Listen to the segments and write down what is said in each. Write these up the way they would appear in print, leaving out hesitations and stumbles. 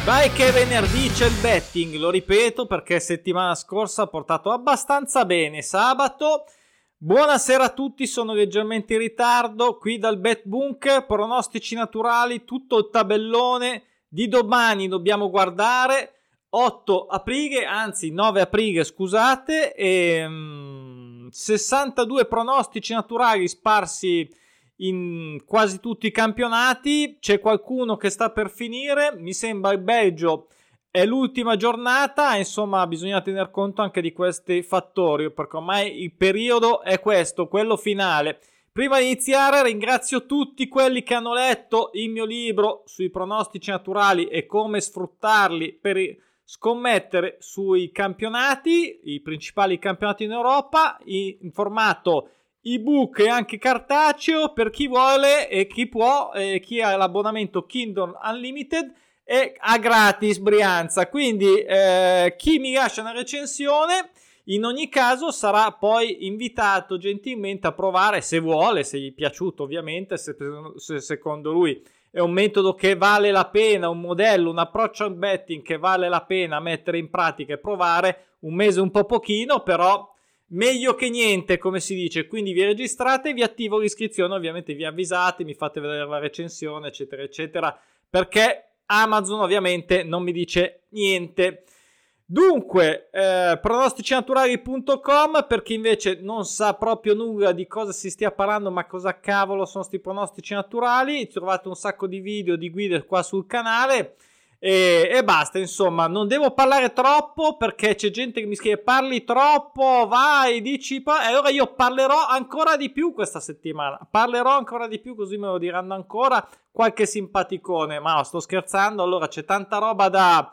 Dai che venerdì c'è il betting, lo ripeto perché settimana scorsa ha portato abbastanza bene. Sabato, buonasera a tutti, sono leggermente in ritardo, qui dal Bet Bunker, pronostici naturali, tutto il tabellone di domani dobbiamo guardare, 8 aprile, anzi 9 aprile scusate, e 62 pronostici naturali sparsi in quasi tutti i campionati. C'è qualcuno che sta per finire, mi sembra il Belgio è l'ultima giornata, insomma bisogna tener conto anche di questi fattori perché ormai il periodo è questo, quello finale. Prima di iniziare ringrazio tutti quelli che hanno letto il mio libro sui pronostici naturali e come sfruttarli per scommettere sui campionati, i principali campionati in Europa, in formato ebook e anche cartaceo per chi vuole e chi può, chi ha l'abbonamento Kindle Unlimited e a gratis Brianza. Quindi chi mi lascia una recensione in ogni caso sarà poi invitato gentilmente a provare, se vuole, se gli è piaciuto ovviamente, se secondo lui è un metodo che vale la pena, un modello, un approccio al betting che vale la pena mettere in pratica e provare. Un mese un po' pochino, però meglio che niente, come si dice. Quindi vi registrate, vi attivo l'iscrizione, ovviamente vi avvisate, mi fate vedere la recensione, eccetera, eccetera, perché Amazon ovviamente non mi dice niente. Dunque, pronosticinaturali.com per chi invece non sa proprio nulla di cosa si stia parlando, ma cosa cavolo sono sti pronostici naturali. Trovate un sacco di video, di guide qua sul canale. E basta, insomma, non devo parlare troppo perché c'è gente che mi scrive parli troppo, vai, dici, e allora io parlerò ancora di più questa settimana, parlerò ancora di più, così me lo diranno ancora qualche simpaticone, ma no, sto scherzando. Allora c'è tanta roba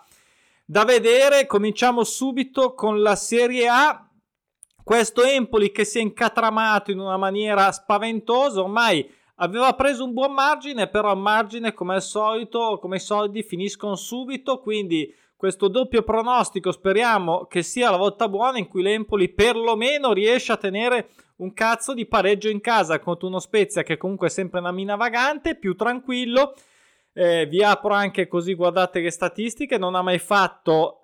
da vedere. Cominciamo subito con la Serie A. Questo Empoli che si è incatramato in una maniera spaventosa, ormai aveva preso un buon margine, però il margine come al solito, come i soldi finiscono subito, quindi questo doppio pronostico speriamo che sia la volta buona in cui l'Empoli perlomeno riesce a tenere un cazzo di pareggio in casa contro uno Spezia che comunque è sempre una mina vagante, più tranquillo. Vi apro anche così guardate le statistiche, non ha mai fatto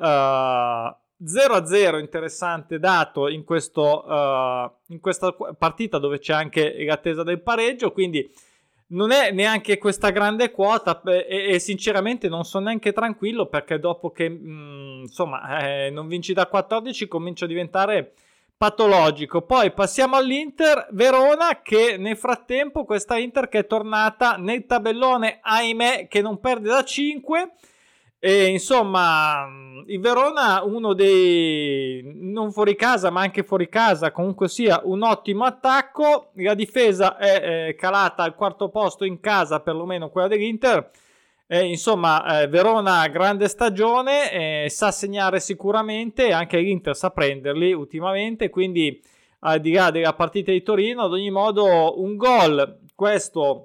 0-0, interessante dato in questa partita dove c'è anche l'attesa del pareggio, quindi non è neanche questa grande quota e sinceramente non sono neanche tranquillo perché dopo che non vinci da 14 comincia a diventare patologico. Poi passiamo all'Inter Verona, che nel frattempo questa Inter che è tornata nel tabellone, ahimè, che non perde da 5. E insomma il Verona, uno dei non fuori casa ma anche fuori casa, comunque sia un ottimo attacco. La difesa è calata al quarto posto in casa, perlomeno quella dell'Inter. Verona grande stagione, sa segnare sicuramente, anche l'Inter sa prenderli ultimamente, quindi al di là della partita di Torino, ad ogni modo un gol, questo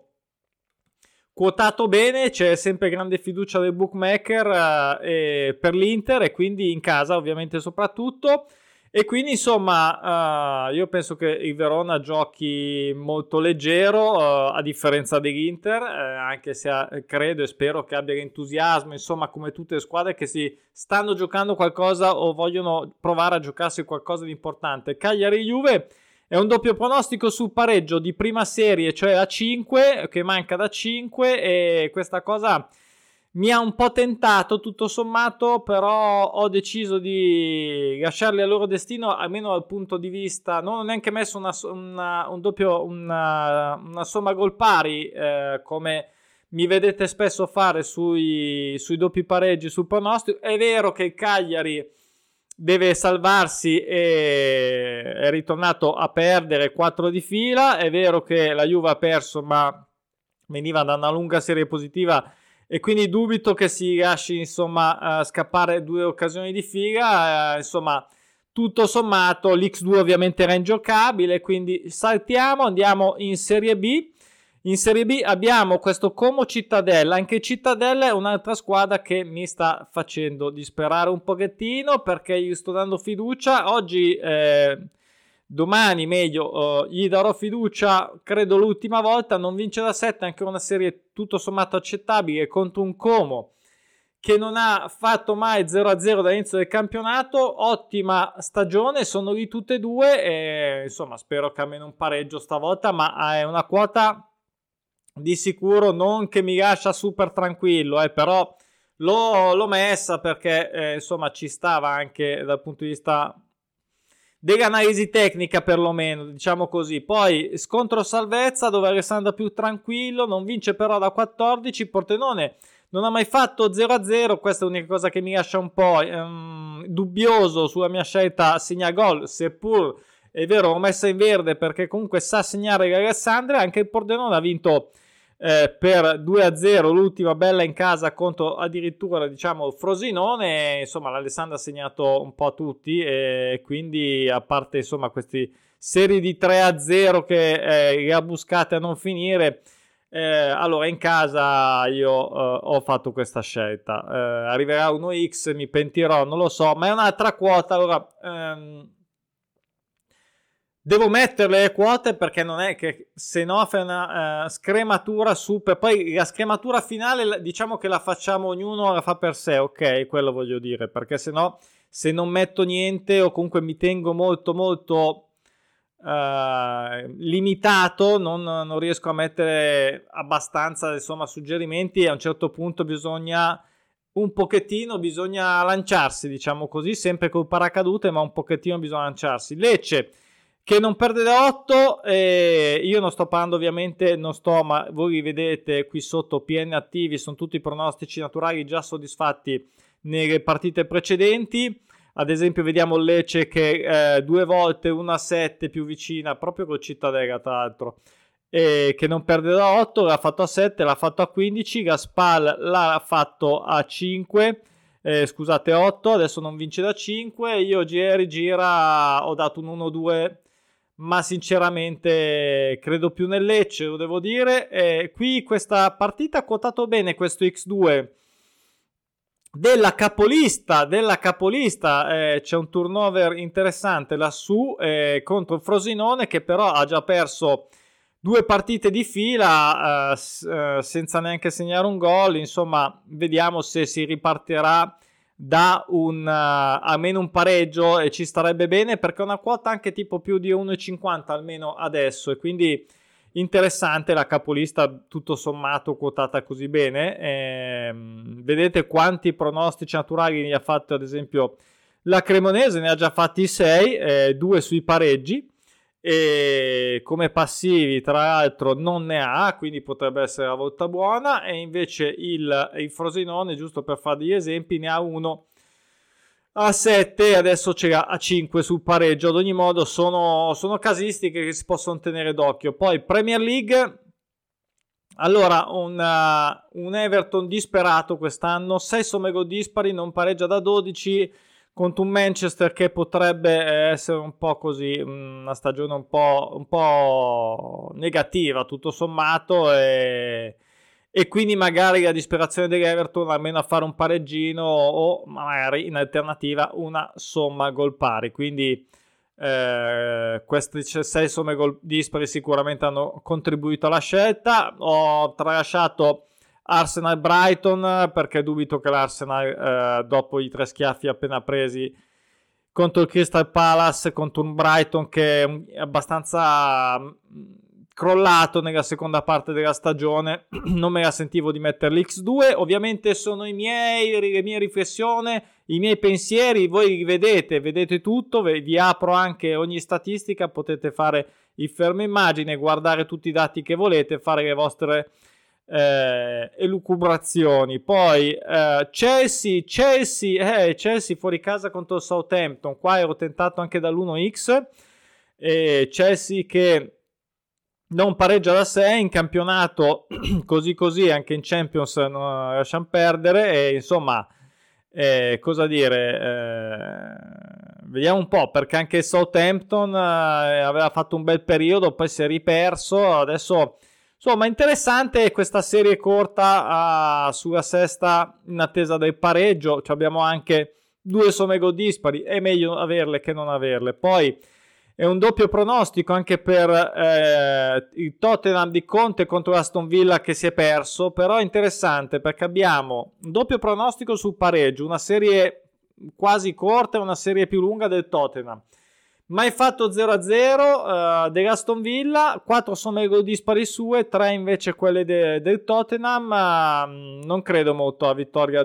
quotato bene, c'è sempre grande fiducia del bookmaker per l'Inter e quindi in casa ovviamente soprattutto. E quindi insomma io penso che il Verona giochi molto leggero a differenza dell'Inter, anche se credo e spero che abbia l'entusiasmo, insomma, come tutte le squadre che si stanno giocando qualcosa o vogliono provare a giocarsi qualcosa di importante. Cagliari-Juve è un doppio pronostico sul pareggio di prima serie, cioè a 5, che manca da 5, e questa cosa mi ha un po' tentato tutto sommato, però ho deciso di lasciarli al loro destino, almeno dal punto di vista, non ho neanche messo una somma gol pari, come mi vedete spesso fare sui doppi pareggi sul pronostico. È vero che il Cagliari deve salvarsi e è ritornato a perdere 4 di fila, è vero che la Juve ha perso ma veniva da una lunga serie positiva e quindi dubito che si lasci scappare 2 occasioni di fila. Tutto sommato l'X2 ovviamente era ingiocabile, quindi saltiamo, andiamo in Serie B. In Serie B abbiamo questo Como Cittadella. Anche Cittadella è un'altra squadra che mi sta facendo disperare un pochettino perché gli sto dando fiducia. Oggi domani meglio gli darò fiducia, credo l'ultima volta. Non vince da 7, anche una serie tutto sommato accettabile contro un Como che non ha fatto mai 0-0 dall'inizio del campionato, ottima stagione, sono lì tutte e due e insomma spero che almeno un pareggio stavolta, ma è una quota di sicuro non che mi lascia super tranquillo, però l'ho messa perché insomma ci stava anche dal punto di vista dell'analisi tecnica, perlomeno, diciamo così. Poi scontro salvezza dove Alessandro è più tranquillo, non vince però da 14. Pordenone non ha mai fatto 0-0, questa è l'unica cosa che mi lascia un po' dubbioso sulla mia scelta segna gol, seppur è vero l'ho messa in verde perché comunque sa segnare l'Alessandria. Anche il Pordenone ha vinto per 2-0 l'ultima bella in casa contro addirittura diciamo Frosinone. Insomma l'Alessandria ha segnato un po' tutti e quindi a parte insomma questi serie di 3-0 che li ha buscate a non finire, allora in casa io ho fatto questa scelta, arriverà 1x, mi pentirò, non lo so, ma è un'altra quota. Allora devo metterle le quote perché non è che se no fai una scrematura super. Poi la scrematura finale diciamo che la facciamo ognuno, la fa per sé, ok? Quello voglio dire, perché se no se non metto niente o comunque mi tengo molto molto limitato, non riesco a mettere abbastanza insomma suggerimenti e a un certo punto bisogna lanciarsi, diciamo così, sempre col paracadute, ma un pochettino bisogna lanciarsi. Lecce che non perde da 8, io non sto parlando ovviamente, ma voi li vedete qui sotto, PN attivi, sono tutti pronostici naturali già soddisfatti nelle partite precedenti. Ad esempio vediamo il Lecce che 2 volte 1-7 più vicina, proprio col Cittadella tra l'altro, che non perde da 8, l'ha fatto a 7, l'ha fatto a 15, Gaspal l'ha fatto a 5, scusate 8, adesso non vince da 5, io gira ho dato un 1-2, ma sinceramente credo più nel Lecce, lo devo dire. Qui questa partita ha quotato bene questo X2 della capolista, c'è un turnover interessante lassù contro il Frosinone, che però ha già perso 2 partite di fila senza neanche segnare un gol. Insomma, vediamo se si ripartirà da almeno un pareggio, e ci starebbe bene perché è una quota anche tipo più di 1,50 almeno adesso, e quindi interessante la capolista tutto sommato quotata così bene. Vedete quanti pronostici naturali ne ha fatto ad esempio la Cremonese, ne ha già fatti 6, 2 sui pareggi, e come passivi tra l'altro non ne ha, quindi potrebbe essere la volta buona. E invece il Frosinone, giusto per fare degli esempi, ne ha uno a 7, adesso ce l'ha a 5 sul pareggio. Ad ogni modo sono casistiche che si possono tenere d'occhio. Poi Premier League, allora un Everton disperato quest'anno, 6 somme gol dispari, non pareggia da 12 contro un Manchester che potrebbe essere un po' così, una stagione un po' negativa tutto sommato, e quindi magari la disperazione dell'Everton almeno a fare un pareggino o magari in alternativa una somma gol pari. Quindi queste 6 somme gol dispari sicuramente hanno contribuito alla scelta. Ho tralasciato Arsenal-Brighton perché dubito che l'Arsenal dopo i 3 schiaffi appena presi contro il Crystal Palace, contro un Brighton che è abbastanza crollato nella seconda parte della stagione, non me la sentivo di mettere l'X2. Ovviamente sono le mie riflessioni, i miei pensieri, voi li vedete tutto, vi apro anche ogni statistica, potete fare il fermo immagine, guardare tutti i dati che volete, fare le vostre elucubrazioni. Poi Chelsea fuori casa contro il Southampton, qua ero tentato anche dall'1x, Chelsea che non pareggia da 6 in campionato, così anche in Champions non lasciamo perdere, e insomma cosa dire, vediamo un po', perché anche il Southampton aveva fatto un bel periodo, poi si è riperso adesso. Insomma, interessante questa serie corta sulla sesta in attesa del pareggio. Abbiamo anche 2 somme gol dispari, è meglio averle che non averle. Poi è un doppio pronostico anche per il Tottenham di Conte contro Aston Villa che si è perso, però è interessante perché abbiamo un doppio pronostico sul pareggio, una serie quasi corta e una serie più lunga del Tottenham. Mai fatto 0-0 dell'Aston Villa, 4 somme gol dispari sue, 3 invece quelle del Tottenham. Non credo molto alla vittoria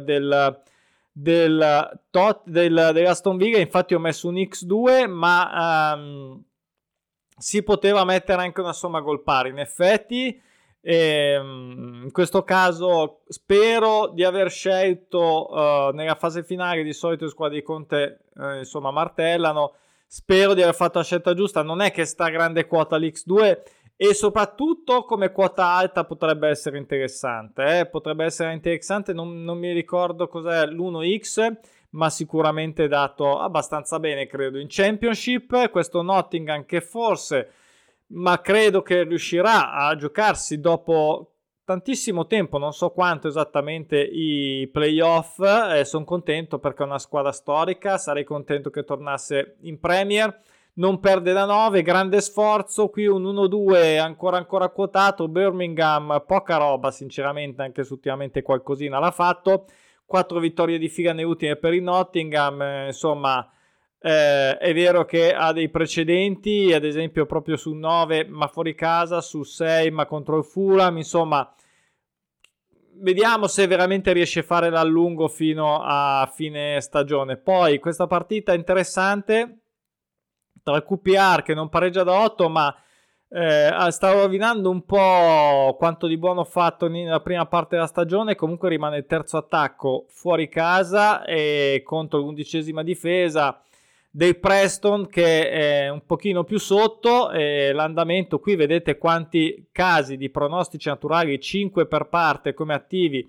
dell'Aston Villa, infatti ho messo un X2, ma si poteva mettere anche una somma gol pari in effetti. In questo caso spero di aver scelto nella fase finale, di solito le squadre di Conte insomma martellano, spero di aver fatto la scelta giusta. Non è che sta grande quota l'X2, e soprattutto come quota alta potrebbe essere interessante, potrebbe essere interessante. Non mi ricordo cos'è l'1x, ma sicuramente dato abbastanza bene credo in Championship. Questo Nottingham che forse, ma credo che riuscirà a giocarsi dopo tantissimo tempo, non so quanto esattamente, i playoff. Sono contento perché è una squadra storica, sarei contento che tornasse in Premier. Non perde da 9, grande sforzo, qui un 1-2 ancora quotato. Birmingham poca roba sinceramente, anche se ultimamente qualcosina l'ha fatto. 4 vittorie di fila nelle ultime per il Nottingham, insomma è vero che ha dei precedenti, ad esempio proprio su 9 ma fuori casa, su 6 ma contro il Fulham. Insomma, vediamo se veramente riesce a fare l'allungo fino a fine stagione. Poi questa partita interessante tra il QPR che non pareggia da 8, ma sta rovinando un po' quanto di buono fatto nella prima parte della stagione. Comunque rimane il terzo attacco fuori casa e contro l'11ª difesa del Preston che è un pochino più sotto. L'andamento qui vedete quanti casi di pronostici naturali, 5 per parte come attivi,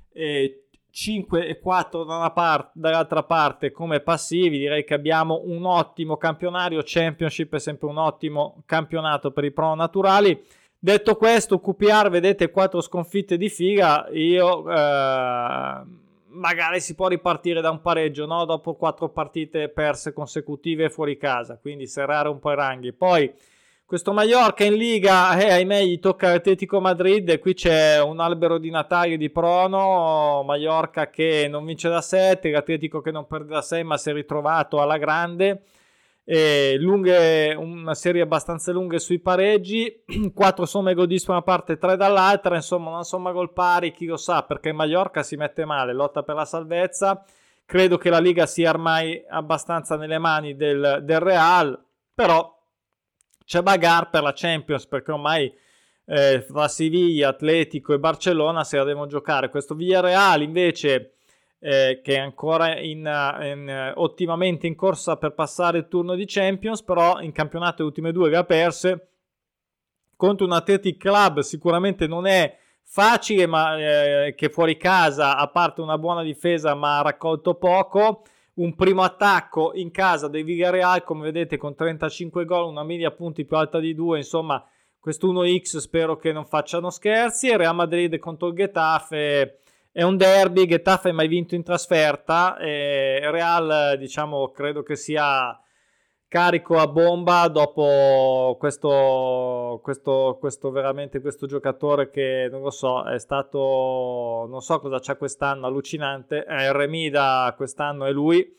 5 e 4 dall'altra parte come passivi. Direi che abbiamo un ottimo campionario. Championship è sempre un ottimo campionato per i prono naturali. Detto questo, QPR vedete 4 sconfitte di fila. Io magari si può ripartire da un pareggio, no? Dopo 4 partite perse consecutive fuori casa, quindi serrare un po' i ranghi. Poi questo Mallorca in Liga, ahimè gli tocca l'Atletico Madrid, e qui c'è un albero di Natale di prono. Mallorca che non vince da 7, l'Atletico che non perde da 6 ma si è ritrovato alla grande, una serie abbastanza lunghe sui pareggi, 4 somme gol dispari da una parte, 3 dall'altra, insomma una somma gol pari, chi lo sa, perché Mallorca si mette male, lotta per la salvezza. Credo che la Liga sia ormai abbastanza nelle mani del Real, però c'è bagarre per la Champions, perché ormai fra Siviglia, Atletico e Barcellona se la devono giocare. Questo Villarreal invece che è ancora ottimamente in corsa per passare il turno di Champions, però in campionato le ultime 2 le ha perse contro un Athletic Club. Sicuramente non è facile, ma che fuori casa, a parte una buona difesa, ma ha raccolto poco. Un primo attacco in casa del Villarreal, come vedete, con 35 gol, una media punti più alta di 2. Insomma, questo 1x spero che non facciano scherzi. Real Madrid contro il Getafe è un derby. Getafe è mai vinto in trasferta, Real diciamo credo che sia carico a bomba dopo questo veramente questo giocatore che non lo so, è stato, non so cosa c'ha quest'anno, allucinante. Remida quest'anno è lui,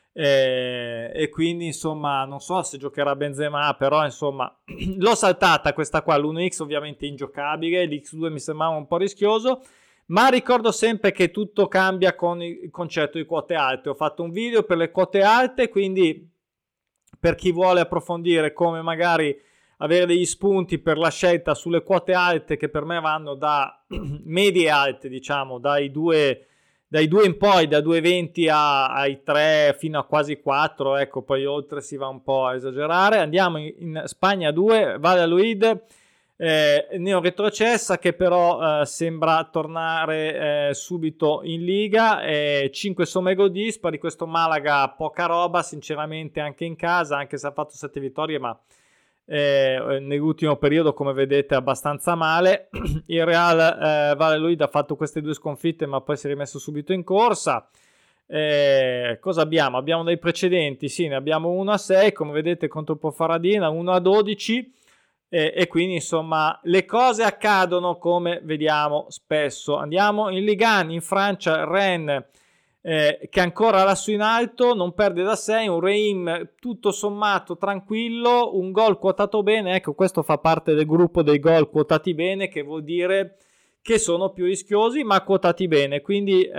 e quindi insomma non so se giocherà Benzema, però insomma l'ho saltata questa qua. L'1x ovviamente ingiocabile, l'X2 mi sembrava un po' rischioso, ma ricordo sempre che tutto cambia con il concetto di quote alte. Ho fatto un video per le quote alte, quindi per chi vuole approfondire come magari avere degli spunti per la scelta sulle quote alte, che per me vanno da medie alte, diciamo dai 2 in poi, da 2,20 ai 3 fino a quasi 4, ecco, poi oltre si va un po' a esagerare. Andiamo in Spagna 2, Valladolid, neoretrocessa che però sembra tornare subito in Liga, 5 somme gol dispari. Questo Malaga poca roba sinceramente, anche in casa, anche se ha fatto 7 vittorie, ma nell'ultimo periodo come vedete abbastanza male. Il Real Valladolid ha fatto queste 2 sconfitte ma poi si è rimesso subito in corsa. Cosa abbiamo? Abbiamo dei precedenti, sì, ne abbiamo 1-6, come vedete contro Poffaradina, 1-12, e quindi insomma le cose accadono come vediamo spesso. Andiamo in Ligue 1, in Francia, Rennes, che ancora lassù in alto, non perde da 6, un Reim tutto sommato tranquillo, un gol quotato bene. Ecco, questo fa parte del gruppo dei gol quotati bene, che vuol dire che sono più rischiosi ma quotati bene, quindi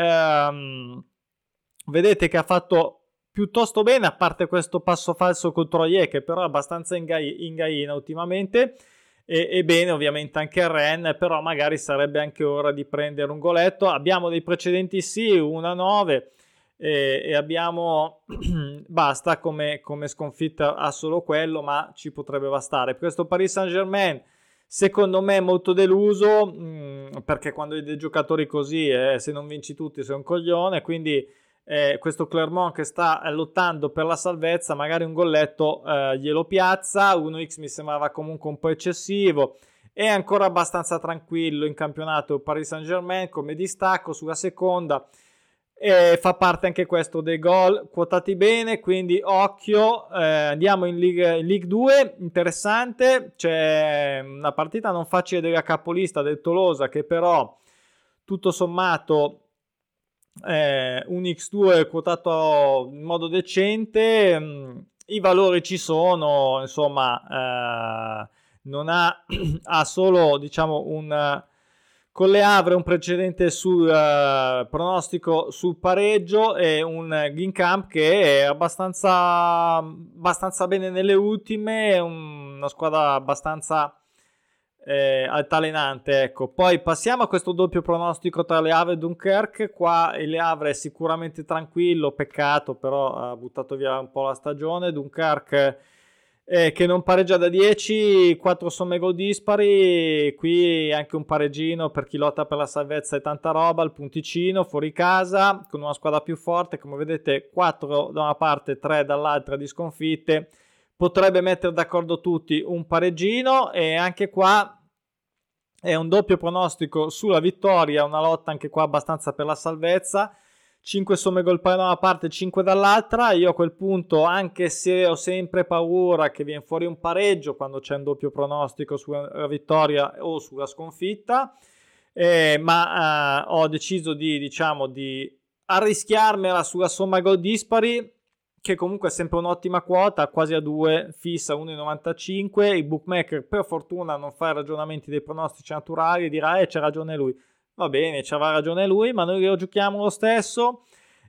vedete che ha fatto piuttosto bene, a parte questo passo falso contro Troye, che però è abbastanza in gaina ultimamente, e bene ovviamente anche il Rennes, però magari sarebbe anche ora di prendere un goletto. Abbiamo dei precedenti, sì, 1-9, e abbiamo basta come sconfitta, a solo quello, ma ci potrebbe bastare. Questo Paris Saint-Germain secondo me è molto deluso, perché quando hai dei giocatori così, se non vinci tutti sei un coglione, quindi questo Clermont che sta lottando per la salvezza, magari un golletto glielo piazza. 1x mi sembrava comunque un po' eccessivo. È ancora abbastanza tranquillo in campionato Paris Saint-Germain come distacco sulla seconda, fa parte anche questo dei gol quotati bene, quindi occhio. Andiamo in Ligue 2, interessante, c'è una partita non facile della capolista del Tolosa, che però tutto sommato un X2 quotato in modo decente. I valori ci sono, insomma, non ha solo, diciamo, con le Havre un precedente sul pronostico sul pareggio, e un Ginkamp che è abbastanza bene nelle ultime, è una squadra abbastanza altalenante, ecco. Poi passiamo a questo doppio pronostico tra Le Havre e Dunkerque. Qua il Le Havre è sicuramente tranquillo, peccato, però ha buttato via un po' la stagione. Dunkerque che non pareggia da 10, 4 somme gol dispari, qui anche un pareggino per chi lotta per la salvezza e tanta roba, il punticino fuori casa con una squadra più forte, come vedete 4 da una parte, 3 dall'altra di sconfitte, potrebbe mettere d'accordo tutti un pareggino. E anche qua è un doppio pronostico sulla vittoria, una lotta anche qua abbastanza per la salvezza, 5 somme gol pari da una parte, 5 dall'altra. Io a quel punto, anche se ho sempre paura che viene fuori un pareggio quando c'è un doppio pronostico sulla vittoria o sulla sconfitta, ma ho deciso di arrischiarmela sulla somma gol dispari, che comunque è sempre un'ottima quota, quasi a 2, fissa 1,95. Il bookmaker per fortuna non fa i ragionamenti dei pronostici naturali, dirà c'ha ragione lui. Va bene, c'aveva ragione lui, ma noi lo giochiamo lo stesso,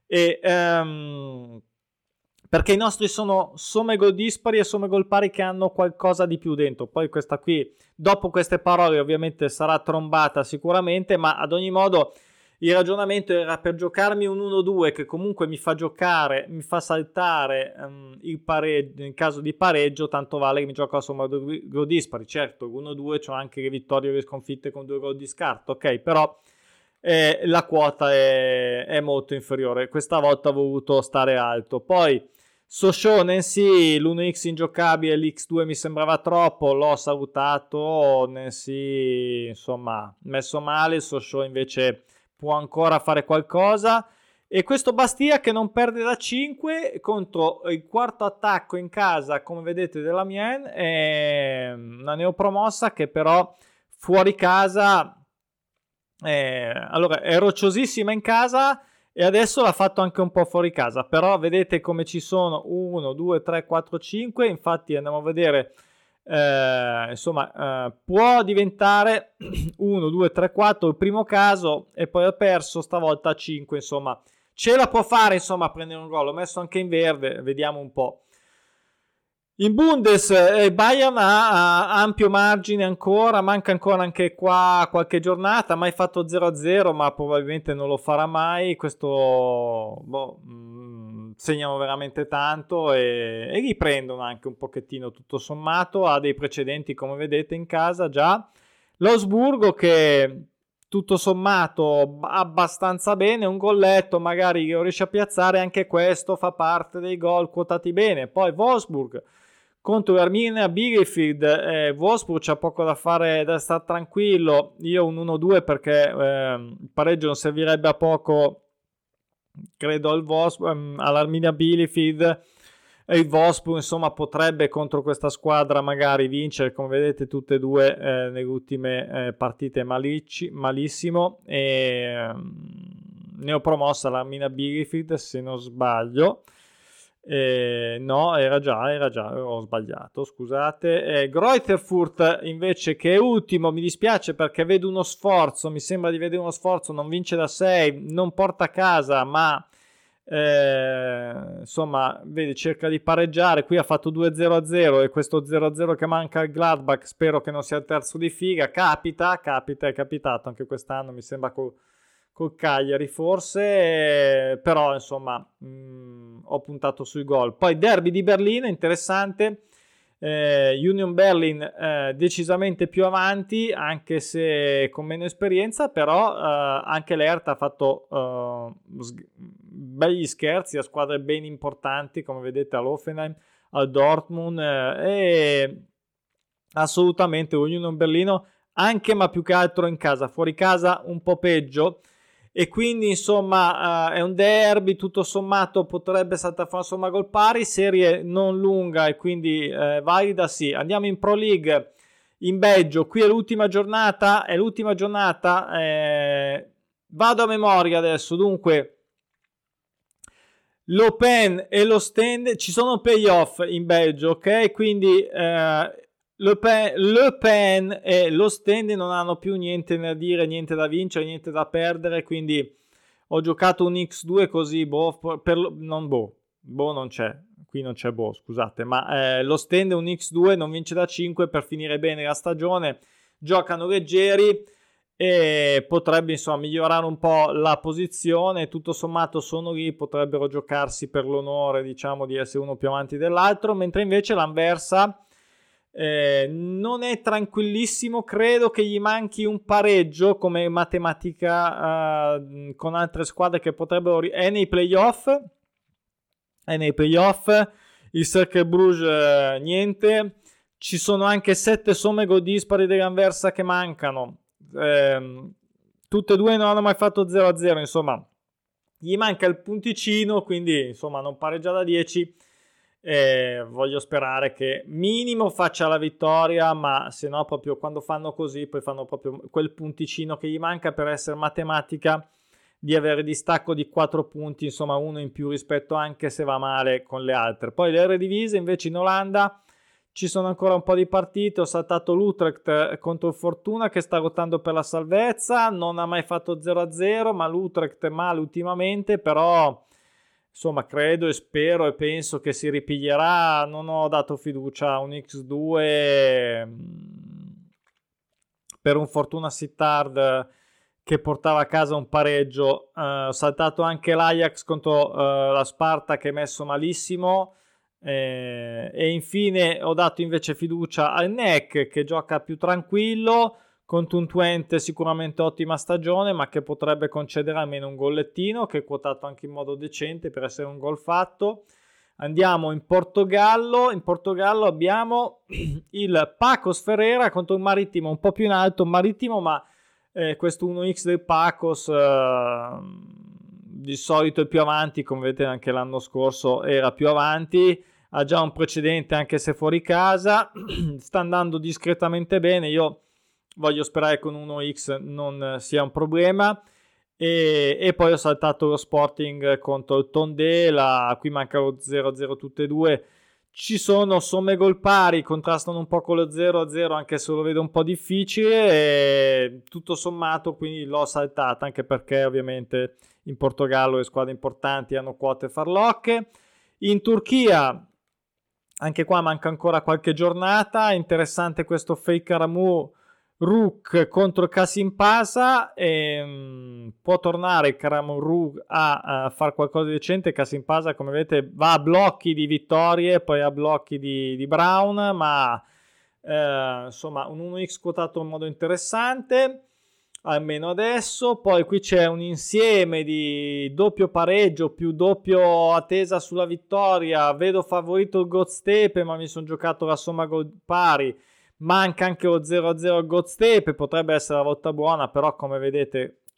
perché i nostri sono somme gol dispari e somme gol pari che hanno qualcosa di più dentro. Poi questa qui, dopo queste parole, ovviamente sarà trombata sicuramente, ma ad ogni modo il ragionamento era per giocarmi un 1-2 che comunque mi fa giocare, mi fa saltare il pareggio. In caso di pareggio tanto vale che mi gioco la somma gol dispari. Certo, 1-2 c'ho anche le vittorie e le sconfitte con 2 gol di scarto, ok, però la quota è molto inferiore. Questa volta ho voluto stare alto. Poi Sochaux, Nancy, l'1x ingiocabile, l'x2 mi sembrava troppo, l'ho salutato. Nancy insomma messo male, il Sochaux invece può ancora fare qualcosa. E questo Bastia che non perde da 5 contro il quarto attacco in casa, come vedete, della Mien, è una neopromossa che però fuori casa allora è rocciosissima in casa e adesso l'ha fatto anche un po' fuori casa, però vedete come ci sono 1, 2, 3, 4, 5. Infatti andiamo a vedere, può diventare 1, 2, 3, 4 il primo caso, e poi ha perso stavolta a 5. Insomma ce la può fare, insomma, a prendere un gol. L'ho messo anche in verde, vediamo un po'. In Bundes Bayern ha ampio margine ancora, manca ancora anche qua qualche giornata, mai fatto 0-0, ma probabilmente non lo farà mai. Questo segnano veramente tanto e riprendono anche un pochettino tutto sommato. Ha dei precedenti, come vedete, in casa già. L'Augsburgo che tutto sommato abbastanza bene, un golletto magari lo riesce a piazzare, anche questo fa parte dei gol quotati bene. Poi Wolfsburg contro Arminia Bielefeld, Wolfsburg c'ha poco da fare, da stare tranquillo. Io un 1-2 perché il pareggio non servirebbe a poco credo all'Arminia Bielefeld, e il Wolfsburg insomma potrebbe contro questa squadra magari vincere, come vedete tutte e due nelle ultime partite malissimo, e ne ho promossa l'Arminia Bielefeld se non sbaglio. No, era già, ho sbagliato, scusate. Greuther Fürth invece, che è ultimo, mi dispiace perché vedo uno sforzo, mi sembra di vedere uno sforzo, non vince da 6, non porta a casa, ma insomma, vedi, cerca di pareggiare. Qui ha fatto 2-0-0 e questo 0-0 che manca al Gladbach, spero che non sia il terzo di figa. È capitato anche quest'anno, mi sembra col Cagliari forse, però insomma ho puntato sui gol. Poi derby di Berlino, interessante, Union Berlin decisamente più avanti, anche se con meno esperienza, però anche l'Hertha ha fatto begli scherzi a squadre ben importanti, come vedete all'Hoffenheim, al Dortmund, e assolutamente Union Berlino anche, ma più che altro in casa. Fuori casa un po' peggio, e quindi insomma è un derby, tutto sommato potrebbe saltare fuori insomma gol pari, serie non lunga e quindi valida, sì. Andiamo in Pro League in Belgio, qui è l'ultima giornata, vado a memoria adesso, dunque l'Open e lo Stand, ci sono playoff in Belgio, ok? Quindi Le Pen e lo Stand non hanno più niente da dire, niente da vincere, niente da perdere, quindi ho giocato un X2 così, non c'è, qui non c'è scusate, ma lo Stand è un X2, non vince da 5 per finire bene la stagione, giocano leggeri e potrebbe insomma migliorare un po' la posizione, tutto sommato sono lì, potrebbero giocarsi per l'onore, diciamo, di essere uno più avanti dell'altro, mentre invece l'Anversa non è tranquillissimo, credo che gli manchi un pareggio come matematica con altre squadre che potrebbero è nei playoff, il Cercle Bruges niente, ci sono anche 7 somme gol dispari dell'Anversa che mancano, tutte e due non hanno mai fatto 0-0, insomma gli manca il punticino, quindi insomma non pareggia da 10. Voglio sperare che minimo faccia la vittoria, ma se no proprio quando fanno così poi fanno proprio quel punticino che gli manca per essere matematica di avere distacco di 4 punti, insomma uno in più rispetto anche se va male con le altre. Poi le Eredivisie invece in Olanda ci sono ancora un po' di partite, ho saltato l'Utrecht contro il Fortuna che sta lottando per la salvezza, non ha mai fatto 0-0, ma l'Utrecht è male ultimamente, però insomma credo e spero e penso che si ripiglierà. Non ho dato fiducia a un X2 per un Fortuna Sittard che portava a casa un pareggio. Ho saltato anche l'Ajax contro la Sparta che è messo malissimo, e infine ho dato invece fiducia al NEC che gioca più tranquillo contro un Twente sicuramente ottima stagione, ma che potrebbe concedere almeno un gollettino, che è quotato anche in modo decente per essere un gol fatto. Andiamo in Portogallo. In Portogallo abbiamo il Pacos Ferreira contro il Marittimo, un po' più in alto Marittimo, ma questo 1x del Pacos di solito è più avanti, come vedete anche l'anno scorso era più avanti, ha già un precedente anche se fuori casa, sta andando discretamente bene, io voglio sperare che con 1x non sia un problema. E poi ho saltato lo Sporting contro il Tondela, qui manca lo 0-0 tutte e due. Ci sono somme gol pari, contrastano un po' con lo 0-0 anche se lo vedo un po' difficile, e tutto sommato quindi l'ho saltata, anche perché ovviamente in Portogallo le squadre importanti hanno quote farlocche. In Turchia anche qua manca ancora qualche giornata, interessante questo Fake Aramu Rook contro Kasimpasa, può tornare Karamuruk a fare qualcosa di decente. Kasimpasa, come vedete, va a blocchi di vittorie, poi a blocchi di Brown, ma insomma un 1x quotato in modo interessante almeno adesso. Poi qui c'è un insieme di doppio pareggio più doppio attesa sulla vittoria, vedo favorito il Godstepe, ma mi sono giocato la somma gol pari. Manca anche lo 0-0 al Godstepe, potrebbe essere la volta buona, però come vedete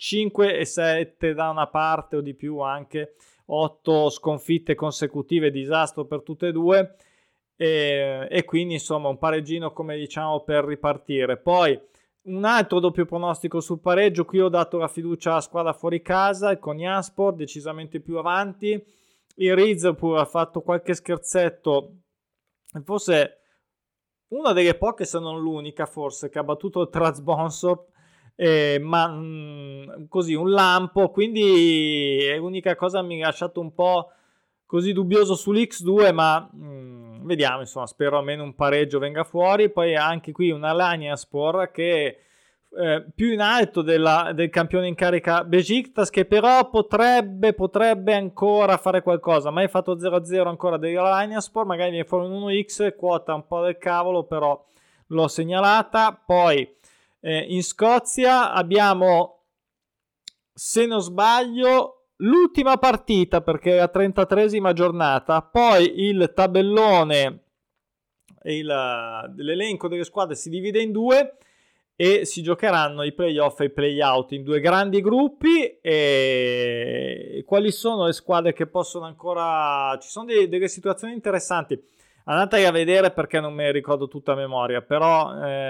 5 e 7 da una parte o di più, anche 8 sconfitte consecutive, disastro per tutte e due, e quindi insomma un pareggino, come diciamo, per ripartire. Poi un altro doppio pronostico sul pareggio, qui ho dato la fiducia alla squadra fuori casa, il Konyaspor decisamente più avanti, il Rize pure ha fatto qualche scherzetto, forse una delle poche, se non l'unica forse, che ha battuto il Trabzonspor, ma così un lampo, quindi è l'unica cosa che mi ha lasciato un po' così dubbioso sull'X2, ma vediamo, insomma, spero almeno un pareggio venga fuori. Poi anche qui un Alanyaspor che più in alto del campione in carica Besiktas, che però potrebbe ancora fare qualcosa, ma è fatto 0-0 ancora dell'Alanyaspor, magari viene fuori un 1x, quota un po' del cavolo, però l'ho segnalata. Poi in Scozia abbiamo, se non sbaglio, l'ultima partita, perché è la 33esima giornata, poi il tabellone, l'elenco delle squadre si divide in due e si giocheranno i playoff e i playout in due grandi gruppi. E quali sono le squadre che possono ancora... Ci sono delle situazioni interessanti, andate a vedere perché non me ne ricordo tutta a memoria, però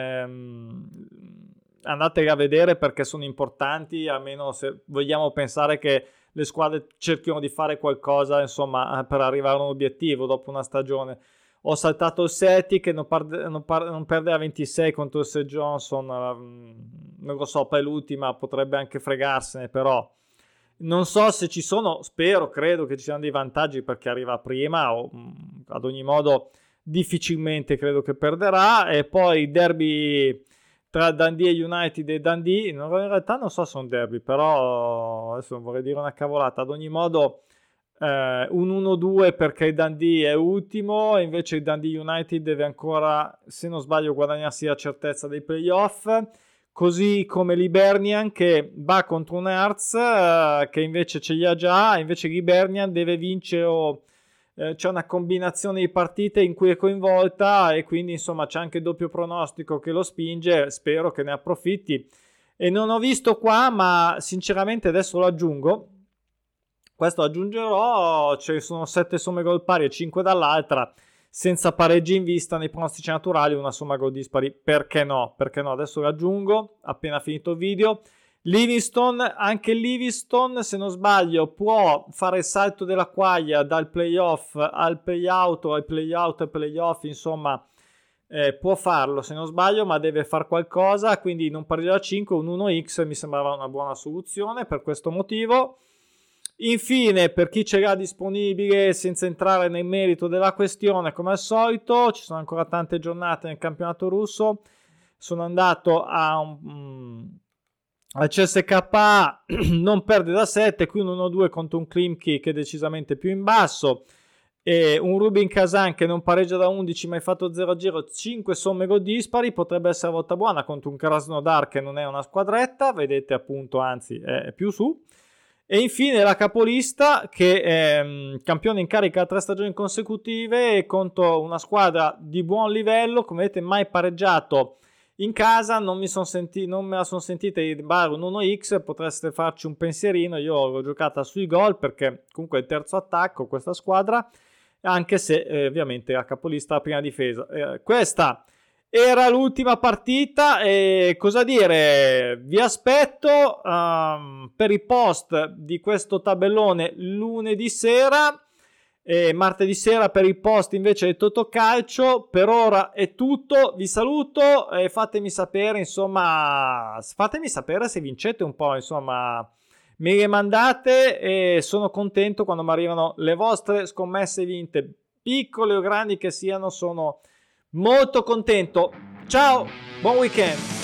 andate a vedere perché sono importanti, almeno se vogliamo pensare che le squadre cerchino di fare qualcosa, insomma, per arrivare a un obiettivo dopo una stagione. Ho saltato il Celtic che non perde a 26 contro il St. Johnson, non lo so, poi l'ultima potrebbe anche fregarsene, però non so se ci sono, credo che ci siano dei vantaggi perché arriva prima, o ad ogni modo difficilmente credo che perderà. E poi il derby tra Dundee e United e Dundee, in realtà non so se è un derby, però adesso non vorrei dire una cavolata, ad ogni modo un 1-2 perché il Dundee è ultimo, e invece il Dundee United deve ancora, se non sbaglio, guadagnarsi la certezza dei playoff, così come l'Hibernian che va contro un Hearts che invece ce li ha già, invece l'Hibernian deve vincere o c'è una combinazione di partite in cui è coinvolta, e quindi insomma c'è anche il doppio pronostico che lo spinge, spero che ne approfitti. E non ho visto qua, ma sinceramente adesso lo aggiungo, questo aggiungerò, ci sono 7 somme gol pari e 5 dall'altra, senza pareggi in vista nei pronostici naturali, una somma gol dispari, perché no, adesso lo aggiungo appena finito il video. Livingston, anche Livingston, se non sbaglio, può fare il salto della quaglia dal playoff al playout o al playout al playoff, insomma può farlo se non sbaglio, ma deve fare qualcosa, quindi non pareggia da 5, un 1x mi sembrava una buona soluzione per questo motivo. Infine, per chi ce l'ha disponibile, senza entrare nel merito della questione, come al solito, ci sono ancora tante giornate nel campionato russo. Sono andato al CSKA, non perde da 7, qui un 1-2 contro un Klimki che è decisamente più in basso, e un Rubin Kazan che non pareggia da 11 ma è fatto 0-0, 5 somme gol dispari, potrebbe essere volta buona contro un Krasnodar che non è una squadretta, vedete appunto, anzi è più su. E infine la capolista che è campione in carica a 3 stagioni consecutive contro una squadra di buon livello, come vedete mai pareggiato in casa, non me la sono sentita di bar un 1x, potreste farci un pensierino, io l'ho giocata sui gol perché comunque è il terzo attacco questa squadra, anche se ovviamente la capolista la prima difesa. Questa era l'ultima partita, e cosa dire, vi aspetto per i post di questo tabellone lunedì sera, e martedì sera per i post invece del Totocalcio. Per ora è tutto, vi saluto e fatemi sapere, insomma, se vincete un po', insomma, me le mandate e sono contento quando mi arrivano le vostre scommesse vinte, piccole o grandi che siano, sono molto contento. Ciao, buon weekend.